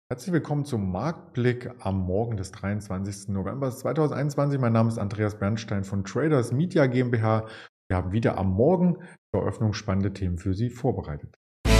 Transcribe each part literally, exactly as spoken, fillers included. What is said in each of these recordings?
Herzlich willkommen zum Marktblick am Morgen des dreiundzwanzigsten November zweitausendeinundzwanzig. Mein Name ist Andreas Bernstein von Traders Media GmbH. Wir haben wieder am Morgen zur Eröffnung spannende Themen für Sie vorbereitet.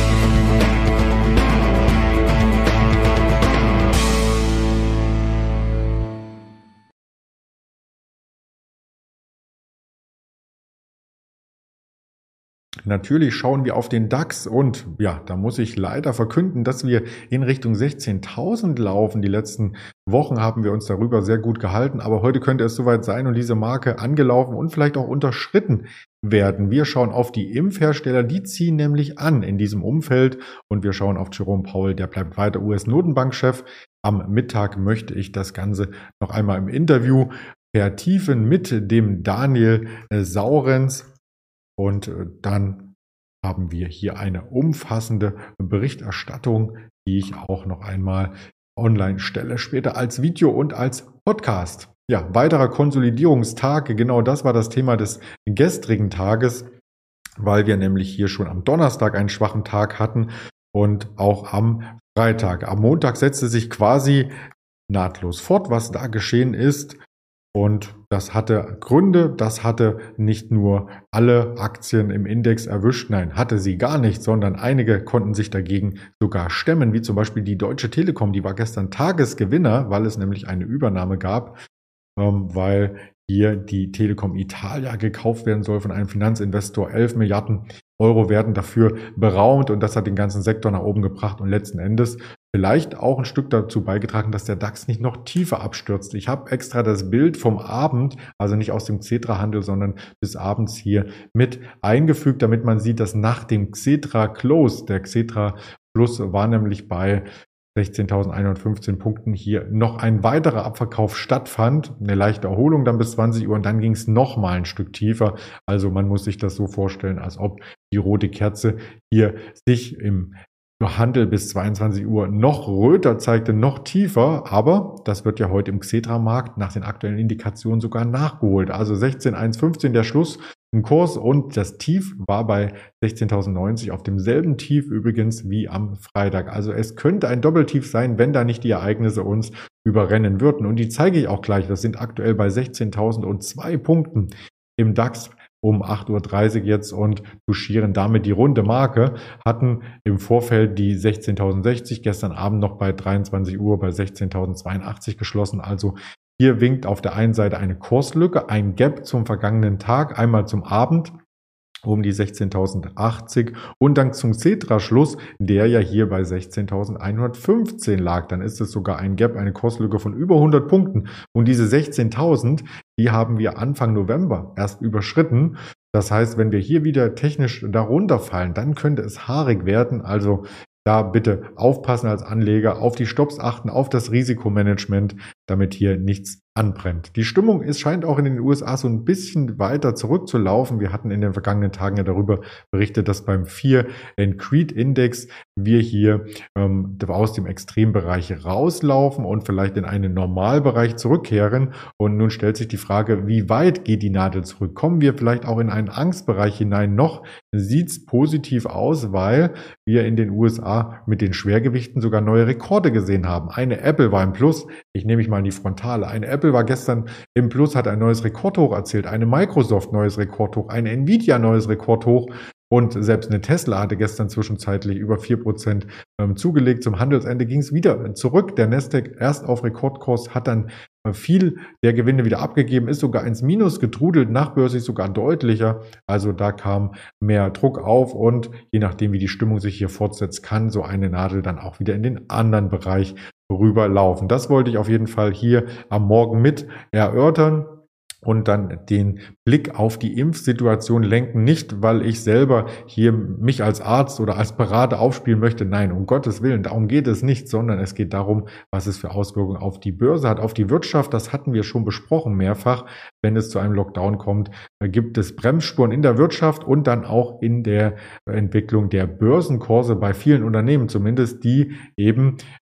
Natürlich schauen wir auf den DAX und ja, da muss ich leider verkünden, dass wir in Richtung sechzehntausend laufen. Die letzten Wochen haben wir uns darüber sehr gut gehalten, aber heute könnte es soweit sein und diese Marke angelaufen und vielleicht auch unterschritten werden. Wir schauen auf die Impfhersteller, die ziehen nämlich an in diesem Umfeld und wir schauen auf Jerome Powell, der bleibt weiter U S-Notenbankchef. Am Mittag möchte ich das Ganze noch einmal im Interview vertiefen mit dem Daniel Saurens. Und dann haben wir hier eine umfassende Berichterstattung, die ich auch noch einmal online stelle, später als Video und als Podcast. Ja, weiterer Konsolidierungstag, genau das war das Thema des gestrigen Tages, weil wir nämlich hier schon am Donnerstag einen schwachen Tag hatten und auch am Freitag. Am Montag setzte sich quasi nahtlos fort, was da geschehen ist. Und das hatte Gründe, das hatte nicht nur alle Aktien im Index erwischt, nein, hatte sie gar nicht, sondern einige konnten sich dagegen sogar stemmen, wie zum Beispiel die Deutsche Telekom, die war gestern Tagesgewinner, weil es nämlich eine Übernahme gab, ähm, weil hier die Telekom Italia gekauft werden soll von einem Finanzinvestor. elf Milliarden Euro werden dafür beraumt und das hat den ganzen Sektor nach oben gebracht und letzten Endes vielleicht auch ein Stück dazu beigetragen, dass der DAX nicht noch tiefer abstürzt. Ich habe extra das Bild vom Abend, also nicht aus dem Xetra-Handel, sondern bis abends hier mit eingefügt, damit man sieht, dass nach dem Xetra-Close, der Xetra-Plus war nämlich bei sechzehntausendeinhundertfünfzehn Punkten hier noch ein weiterer Abverkauf stattfand, eine leichte Erholung dann bis zwanzig Uhr und dann ging es noch mal ein Stück tiefer. Also man muss sich das so vorstellen, als ob die rote Kerze hier sich im Handel bis zweiundzwanzig Uhr noch röter zeigte, noch tiefer, aber das wird ja heute im Xetra-Markt nach den aktuellen Indikationen sogar nachgeholt. Also sechzehntausendeinhundertfünfzehn der Schluss im Kurs und das Tief war bei sechzehntausendneunzig auf demselben Tief übrigens wie am Freitag. Also es könnte ein Doppeltief sein, wenn da nicht die Ereignisse uns überrennen würden. Und die zeige ich auch gleich. Das sind aktuell bei sechzehntausendzwei Punkten im DAX um acht Uhr dreißig jetzt und touchieren damit die runde Marke, hatten im Vorfeld die sechzehntausendsechzig, gestern Abend noch bei dreiundzwanzig Uhr bei sechzehntausendzweiundachtzig geschlossen. Also hier winkt auf der einen Seite eine Kurslücke, ein Gap zum vergangenen Tag, einmal zum Abend um die sechzehntausendachtzig und dann zum Xetra-Schluss, der ja hier bei sechzehntausendeinhundertfünfzehn lag. Dann ist es sogar ein Gap, eine Kurslücke von über hundert Punkten. Und diese sechzehntausend, die haben wir Anfang November erst überschritten. Das heißt, wenn wir hier wieder technisch darunter fallen, dann könnte es haarig werden. Also da bitte aufpassen als Anleger, auf die Stops achten, auf das Risikomanagement, damit hier nichts anbrennt. Die Stimmung ist, scheint auch in den U S A so ein bisschen weiter zurückzulaufen. Wir hatten in den vergangenen Tagen ja darüber berichtet, dass beim Fear and Greed Index wir hier ähm, aus dem Extrembereich rauslaufen und vielleicht in einen Normalbereich zurückkehren. Und nun stellt sich die Frage, wie weit geht die Nadel zurück? Kommen wir vielleicht auch in einen Angstbereich hinein? Noch sieht's positiv aus, weil wir in den U S A mit den Schwergewichten sogar neue Rekorde gesehen haben. Eine Apple war im Plus. Ich nehme mich mal in die Frontale. Eine Apple war gestern im Plus, hat ein neues Rekordhoch erzielt. Eine Microsoft neues Rekordhoch. Eine Nvidia neues Rekordhoch. Und selbst eine Tesla hatte gestern zwischenzeitlich über vier Prozent ähm, zugelegt. Zum Handelsende ging es wieder zurück. Der Nasdaq erst auf Rekordkurs, hat dann äh, viel der Gewinne wieder abgegeben, ist sogar ins Minus getrudelt, nachbörslich sogar deutlicher. Also da kam mehr Druck auf und je nachdem, wie die Stimmung sich hier fortsetzt, kann so eine Nadel dann auch wieder in den anderen Bereich rüberlaufen. Das wollte ich auf jeden Fall hier am Morgen mit erörtern. Und dann den Blick auf die Impfsituation lenken, nicht weil ich selber hier mich als Arzt oder als Berater aufspielen möchte. Nein, um Gottes Willen, darum geht es nicht, sondern es geht darum, was es für Auswirkungen auf die Börse hat, auf die Wirtschaft. Das hatten wir schon besprochen mehrfach. Wenn es zu einem Lockdown kommt, gibt es Bremsspuren in der Wirtschaft und dann auch in der Entwicklung der Börsenkurse bei vielen Unternehmen, zumindest die eben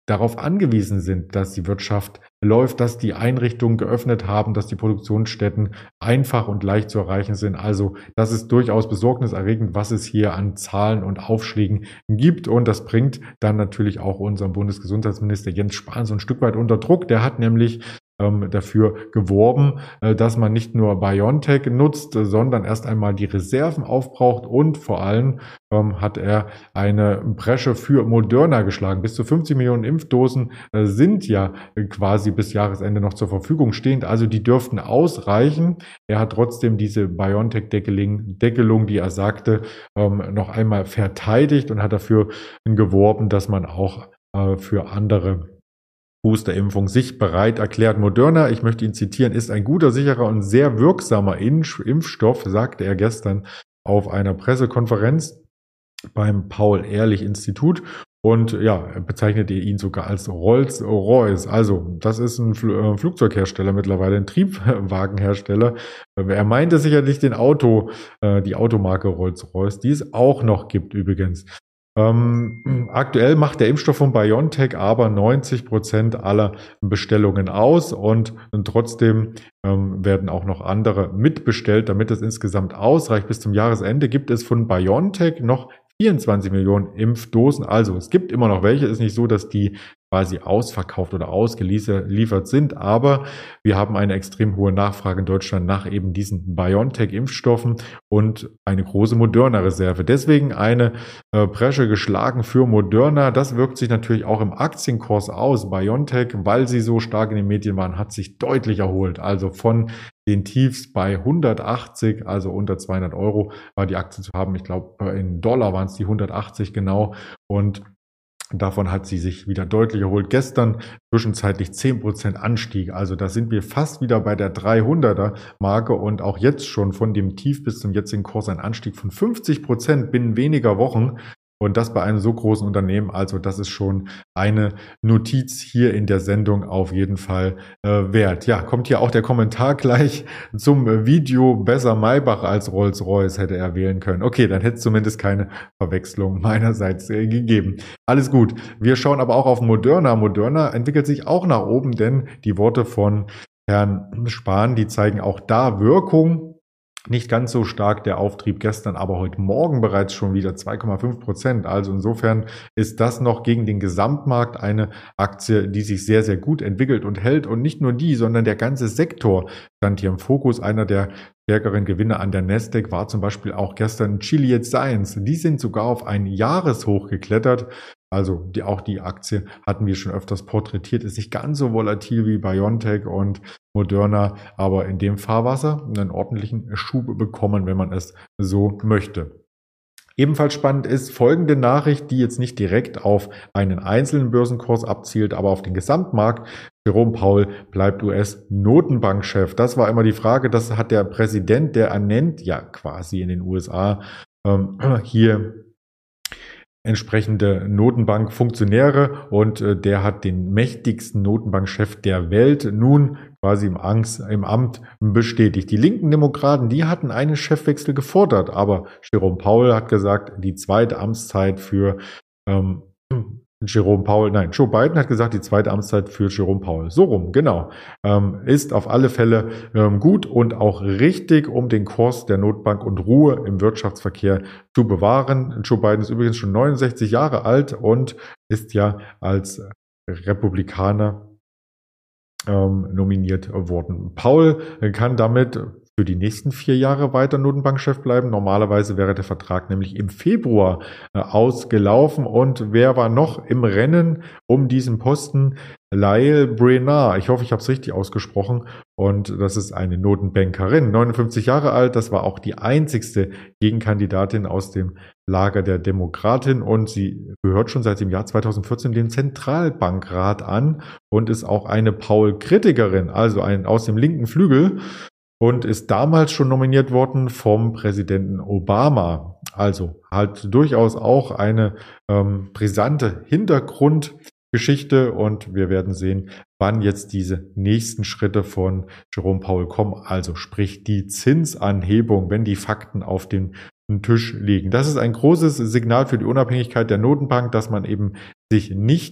darauf angewiesen sind, dass die Wirtschaft läuft, dass die Einrichtungen geöffnet haben, dass die Produktionsstätten einfach und leicht zu erreichen sind. Also das ist durchaus besorgniserregend, was es hier an Zahlen und Aufschlägen gibt. Und das bringt dann natürlich auch unseren Bundesgesundheitsminister Jens Spahn so ein Stück weit unter Druck. Der hat nämlich ähm, dafür geworben, äh, dass man nicht nur BioNTech nutzt, äh, sondern erst einmal die Reserven aufbraucht, und vor allem ähm, hat er eine Bresche für Moderna geschlagen. Bis zu fünfzig Millionen Impfdosen äh, sind ja äh, quasi bis Jahresende noch zur Verfügung stehend, also die dürften ausreichen. Er hat trotzdem diese BioNTech-Deckelung, Deckelung, die er sagte, ähm, noch einmal verteidigt und hat dafür geworben, dass man auch äh, für andere Boosterimpfung sich bereit erklärt. Moderna, ich möchte ihn zitieren, ist ein guter, sicherer und sehr wirksamer Impfstoff, sagte er gestern auf einer Pressekonferenz beim Paul-Ehrlich-Institut. Und ja, er bezeichnete ihn sogar als Rolls-Royce. Also das ist ein Fl- Flugzeughersteller mittlerweile, ein Triebwagenhersteller. Er meinte sicherlich den Auto, äh, die Automarke Rolls-Royce, die es auch noch gibt übrigens. Ähm, aktuell macht der Impfstoff von BioNTech aber neunzig Prozent aller Bestellungen aus, und, und trotzdem ähm, werden auch noch andere mitbestellt, damit es insgesamt ausreicht. Bis zum Jahresende gibt es von BioNTech noch vierundzwanzig Millionen Impfdosen. Also es gibt immer noch welche. Ist nicht so, dass die quasi ausverkauft oder ausgeliefert sind, aber wir haben eine extrem hohe Nachfrage in Deutschland nach eben diesen BioNTech-Impfstoffen und eine große Moderna-Reserve. Deswegen eine äh, Bresche geschlagen für Moderna. Das wirkt sich natürlich auch im Aktienkurs aus. BioNTech, weil sie so stark in den Medien waren, hat sich deutlich erholt. Also von den Tiefs bei hundertachtzig, also unter zweihundert Euro war die Aktie zu haben. Ich glaube, in Dollar waren es die hundertachtzig genau, und davon hat sie sich wieder deutlich erholt. Gestern zwischenzeitlich zehn Prozent Anstieg. Also da sind wir fast wieder bei der dreihunderter Marke, und auch jetzt schon von dem Tief bis zum jetzigen Kurs ein Anstieg von fünfzig Prozent binnen weniger Wochen. Und das bei einem so großen Unternehmen. Also das ist schon eine Notiz hier in der Sendung auf jeden Fall äh, wert. Ja, kommt hier auch der Kommentar gleich zum Video. Besser Maybach als Rolls-Royce hätte er wählen können. Okay, dann hätte es zumindest keine Verwechslung meinerseits äh, gegeben. Alles gut. Wir schauen aber auch auf Moderna. Moderna entwickelt sich auch nach oben, denn die Worte von Herrn Spahn, die zeigen auch da Wirkung. Nicht ganz so stark der Auftrieb gestern, aber heute Morgen bereits schon wieder zwei Komma fünf Prozent. Also insofern ist das noch gegen den Gesamtmarkt eine Aktie, die sich sehr, sehr gut entwickelt und hält. Und nicht nur die, sondern der ganze Sektor stand hier im Fokus. Einer der stärkeren Gewinner an der Nasdaq war zum Beispiel auch gestern Gilead Science. Die sind sogar auf ein Jahreshoch geklettert. Also die, auch die Aktie hatten wir schon öfters porträtiert, ist nicht ganz so volatil wie BioNTech und Moderna, aber in dem Fahrwasser einen ordentlichen Schub bekommen, wenn man es so möchte. Ebenfalls spannend ist folgende Nachricht, die jetzt nicht direkt auf einen einzelnen Börsenkurs abzielt, aber auf den Gesamtmarkt. Jerome Powell bleibt U S-Notenbankchef. Das war immer die Frage, das hat der Präsident, der ernennt ja quasi in den U S A ähm, hier entsprechende Notenbankfunktionäre, und äh, der hat den mächtigsten Notenbankchef der Welt nun quasi im, Angst, im Amt bestätigt. Die linken Demokraten, die hatten einen Chefwechsel gefordert, aber Jerome Powell hat gesagt, die zweite Amtszeit für ähm, Jerome Powell, nein, Joe Biden hat gesagt, die zweite Amtszeit für Jerome Powell. So rum, genau. Ähm, ist auf alle Fälle ähm, gut und auch richtig, um den Kurs der Notenbank und Ruhe im Wirtschaftsverkehr zu bewahren. Joe Biden ist übrigens schon neunundsechzig Jahre alt und ist ja als Republikaner ähm, nominiert worden. Powell kann damit für die nächsten vier Jahre weiter Notenbankchef bleiben. Normalerweise wäre der Vertrag nämlich im Februar äh, ausgelaufen. Und wer war noch im Rennen um diesen Posten? Lael Brainard. Ich hoffe, ich habe es richtig ausgesprochen. Und das ist eine Notenbankerin, neunundfünfzig Jahre alt. Das war auch die einzigste Gegenkandidatin aus dem Lager der Demokratin. Und sie gehört schon seit dem Jahr zweitausendvierzehn dem Zentralbankrat an und ist auch eine Powell-Kritikerin, also ein, aus dem linken Flügel. Und ist damals schon nominiert worden vom Präsidenten Obama. Also halt durchaus auch eine ähm, brisante Hintergrundgeschichte, und wir werden sehen, wann jetzt diese nächsten Schritte von Jerome Powell kommen. Also sprich die Zinsanhebung, wenn die Fakten auf dem Tisch liegen. Das ist ein großes Signal für die Unabhängigkeit der Notenbank, dass man eben sich nicht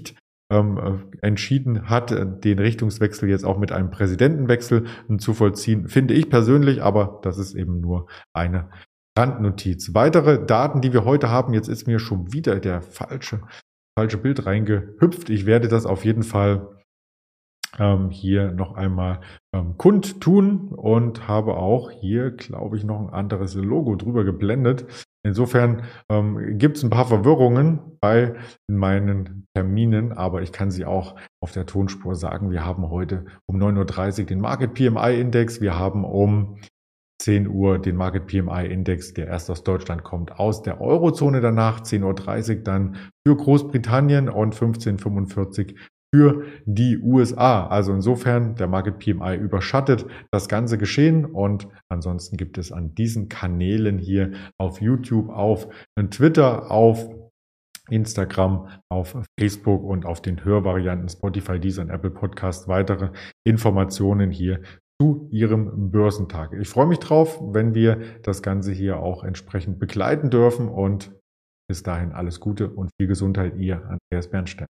ähm, äh, entschieden hat, den Richtungswechsel jetzt auch mit einem Präsidentenwechsel zu vollziehen, finde ich persönlich, aber das ist eben nur eine Randnotiz. Weitere Daten, die wir heute haben, jetzt ist mir schon wieder der falsche, falsche Bild reingehüpft. Ich werde das auf jeden Fall ähm, hier noch einmal ähm, kundtun und habe auch hier, glaube ich, noch ein anderes Logo drüber geblendet. Insofern ähm, gibt es ein paar Verwirrungen bei meinen Terminen, aber ich kann sie auch auf der Tonspur sagen. Wir haben heute um neun Uhr dreißig den Market P M I-Index, wir haben um zehn Uhr den Market P M I-Index, der erst aus Deutschland kommt, aus der Eurozone danach, zehn Uhr dreißig dann für Großbritannien und fünfzehn Uhr fünfundvierzig für die U S A. Also insofern, der Market P M I überschattet das ganze Geschehen und ansonsten gibt es an diesen Kanälen hier auf YouTube, auf Twitter, auf Instagram, auf Facebook und auf den Hörvarianten Spotify, Deezer und Apple Podcast weitere Informationen hier zu Ihrem Börsentag. Ich freue mich drauf, wenn wir das Ganze hier auch entsprechend begleiten dürfen und bis dahin alles Gute und viel Gesundheit, Ihr Andreas Bernstein.